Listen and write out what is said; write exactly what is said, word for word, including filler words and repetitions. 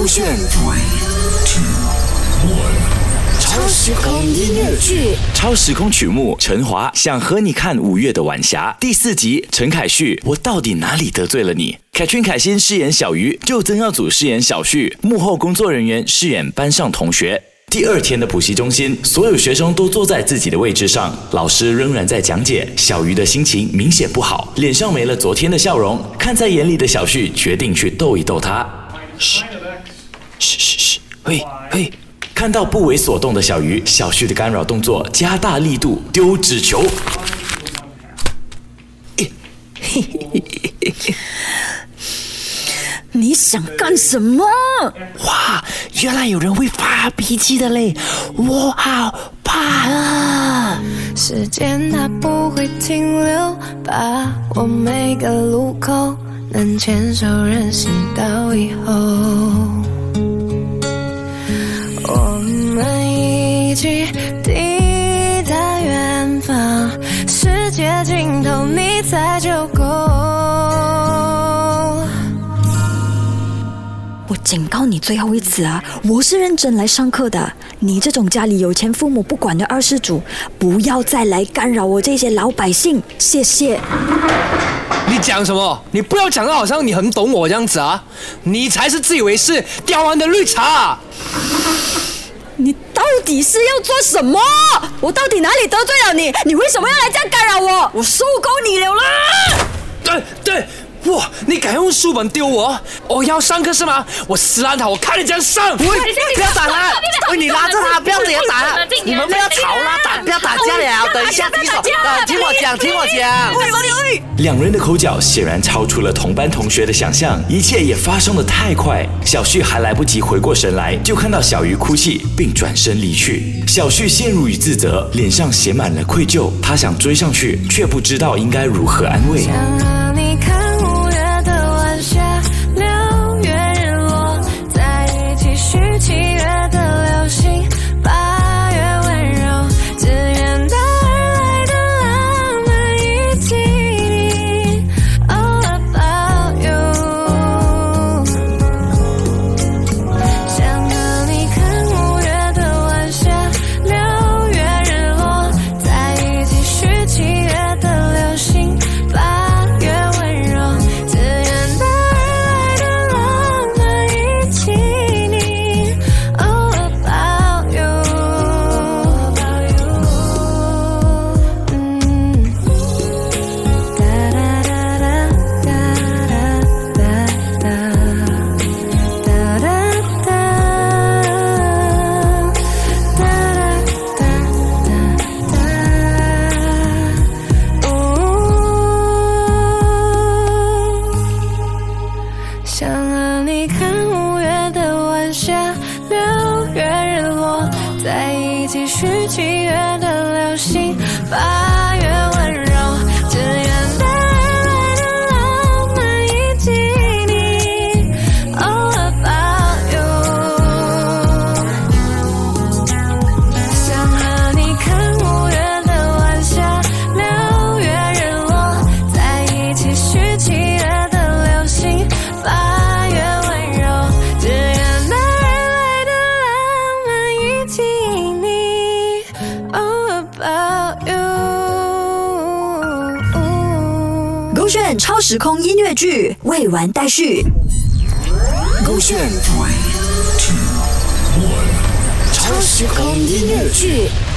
勾选超时空音乐剧， 超时空曲目，陈华想和你看五月的晚霞第四集，陈凯旭，我到底哪里得罪了你？凯俊凯欣饰演小鱼，就曾耀祖饰演小旭，幕后工作人员饰演班上同学。第二天的补习中心，所有学生都坐在自己的位置上，老师仍然在讲解。小鱼的心情明显不好，脸上没了昨天的笑容，看在眼里的小旭决定去逗一逗他。嘘，嘘嘘嘘，喂喂。看到不为所动的小鱼，小旭的干扰动作加大力度，丢纸球。 你想干什么？ 哇，原来有人会发脾气的嘞，我好怕啊！ 时间它不会停留，把我每个路口能牵手任行到以后，我们一起抵达远方，世界尽头你才就够。 我警告你最后一次啊！我是认真来上课的。你这种家里有钱父母不管的二世祖，不要再来干扰我这些老百姓，谢谢。 你讲什么？你不要讲得好像你很懂我这样子啊！你才是自以为是、刁蛮的绿茶！ 你到底是要做什么？我到底哪里得罪了你？你为什么要来这样干扰我？我受够你了啦！ 对对。哇！你敢用书本丢我？我要上课是吗？我撕烂它，我看你这样上！ 喂，不要打他！喂，你拉着他，不要直接打他！你们不要吵啦，打不要打架了！等一下提手，呃，听我讲，听我讲。 两人的口角显然超出了同班同学的想象，一切也发生得太快。小旭还来不及回过神来，就看到小鱼哭泣，并转身离去。小旭陷入于自责，脸上写满了愧疚。他想追上去，却不知道应该如何安慰。 七月的流星，八月温柔，自远道而来的浪漫以及你 All about you， 想和你看五月的晚霞，六月日落，在一起许七月的流星，八月温柔，自远道而来的浪漫以及你。想和你看五月的晚霞，六月日落，在一起许七月的流星，八月温柔，自远道而来的浪漫以及你 All about you， 想和你看五月的晚霞，六月日落，在一起许七月的流星，八月温柔，自远道而来的浪漫以及你 All about you。 勾选超时空音乐剧，未完待续。 勾选超时空音乐剧。